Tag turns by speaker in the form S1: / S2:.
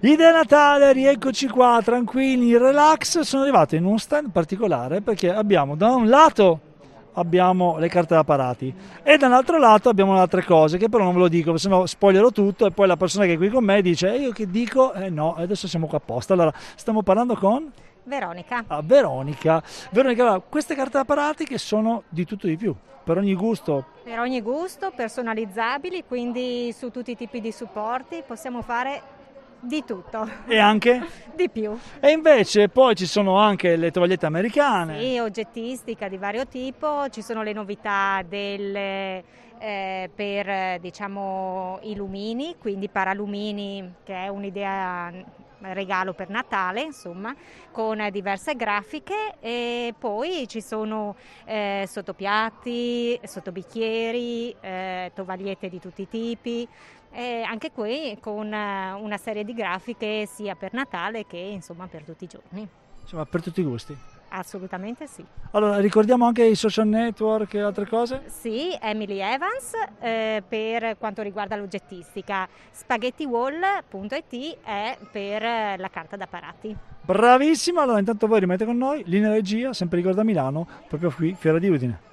S1: Idea Natale, rieccoci qua, tranquilli, relax. Sono arrivato in uno stand particolare perché abbiamo da un lato abbiamo le carte da parati e dall'altro lato abbiamo altre cose che però non ve lo dico, se no spoilerò tutto e poi la persona che è qui con me dice io che dico? No, adesso siamo qua apposta. Allora, stiamo parlando con
S2: Veronica.
S1: Veronica. Veronica, allora, queste carte da parati che sono di tutto e di più, per ogni gusto.
S2: Per ogni gusto, personalizzabili, quindi su tutti i tipi di supporti possiamo fare di tutto.
S1: E anche?
S2: Di più.
S1: E invece poi ci sono anche le tovagliette americane.
S2: Sì, oggettistica di vario tipo, ci sono le novità per diciamo i lumini, quindi paralumini, che è un'idea regalo per Natale, insomma, con diverse grafiche, e poi ci sono sottopiatti, sottobicchieri, tovagliette di tutti i tipi, anche qui con una serie di grafiche sia per Natale che insomma per tutti i giorni.
S1: Insomma, per tutti i gusti.
S2: Assolutamente sì.
S1: Allora, ricordiamo anche i social network e altre cose?
S2: Sì, Emily Evans per quanto riguarda l'oggettistica, spaghettiwall.it è per la carta da parati.
S1: Bravissima, allora intanto voi rimanete con noi, linea regia, sempre ricorda Milano, proprio qui, Fiera di Udine.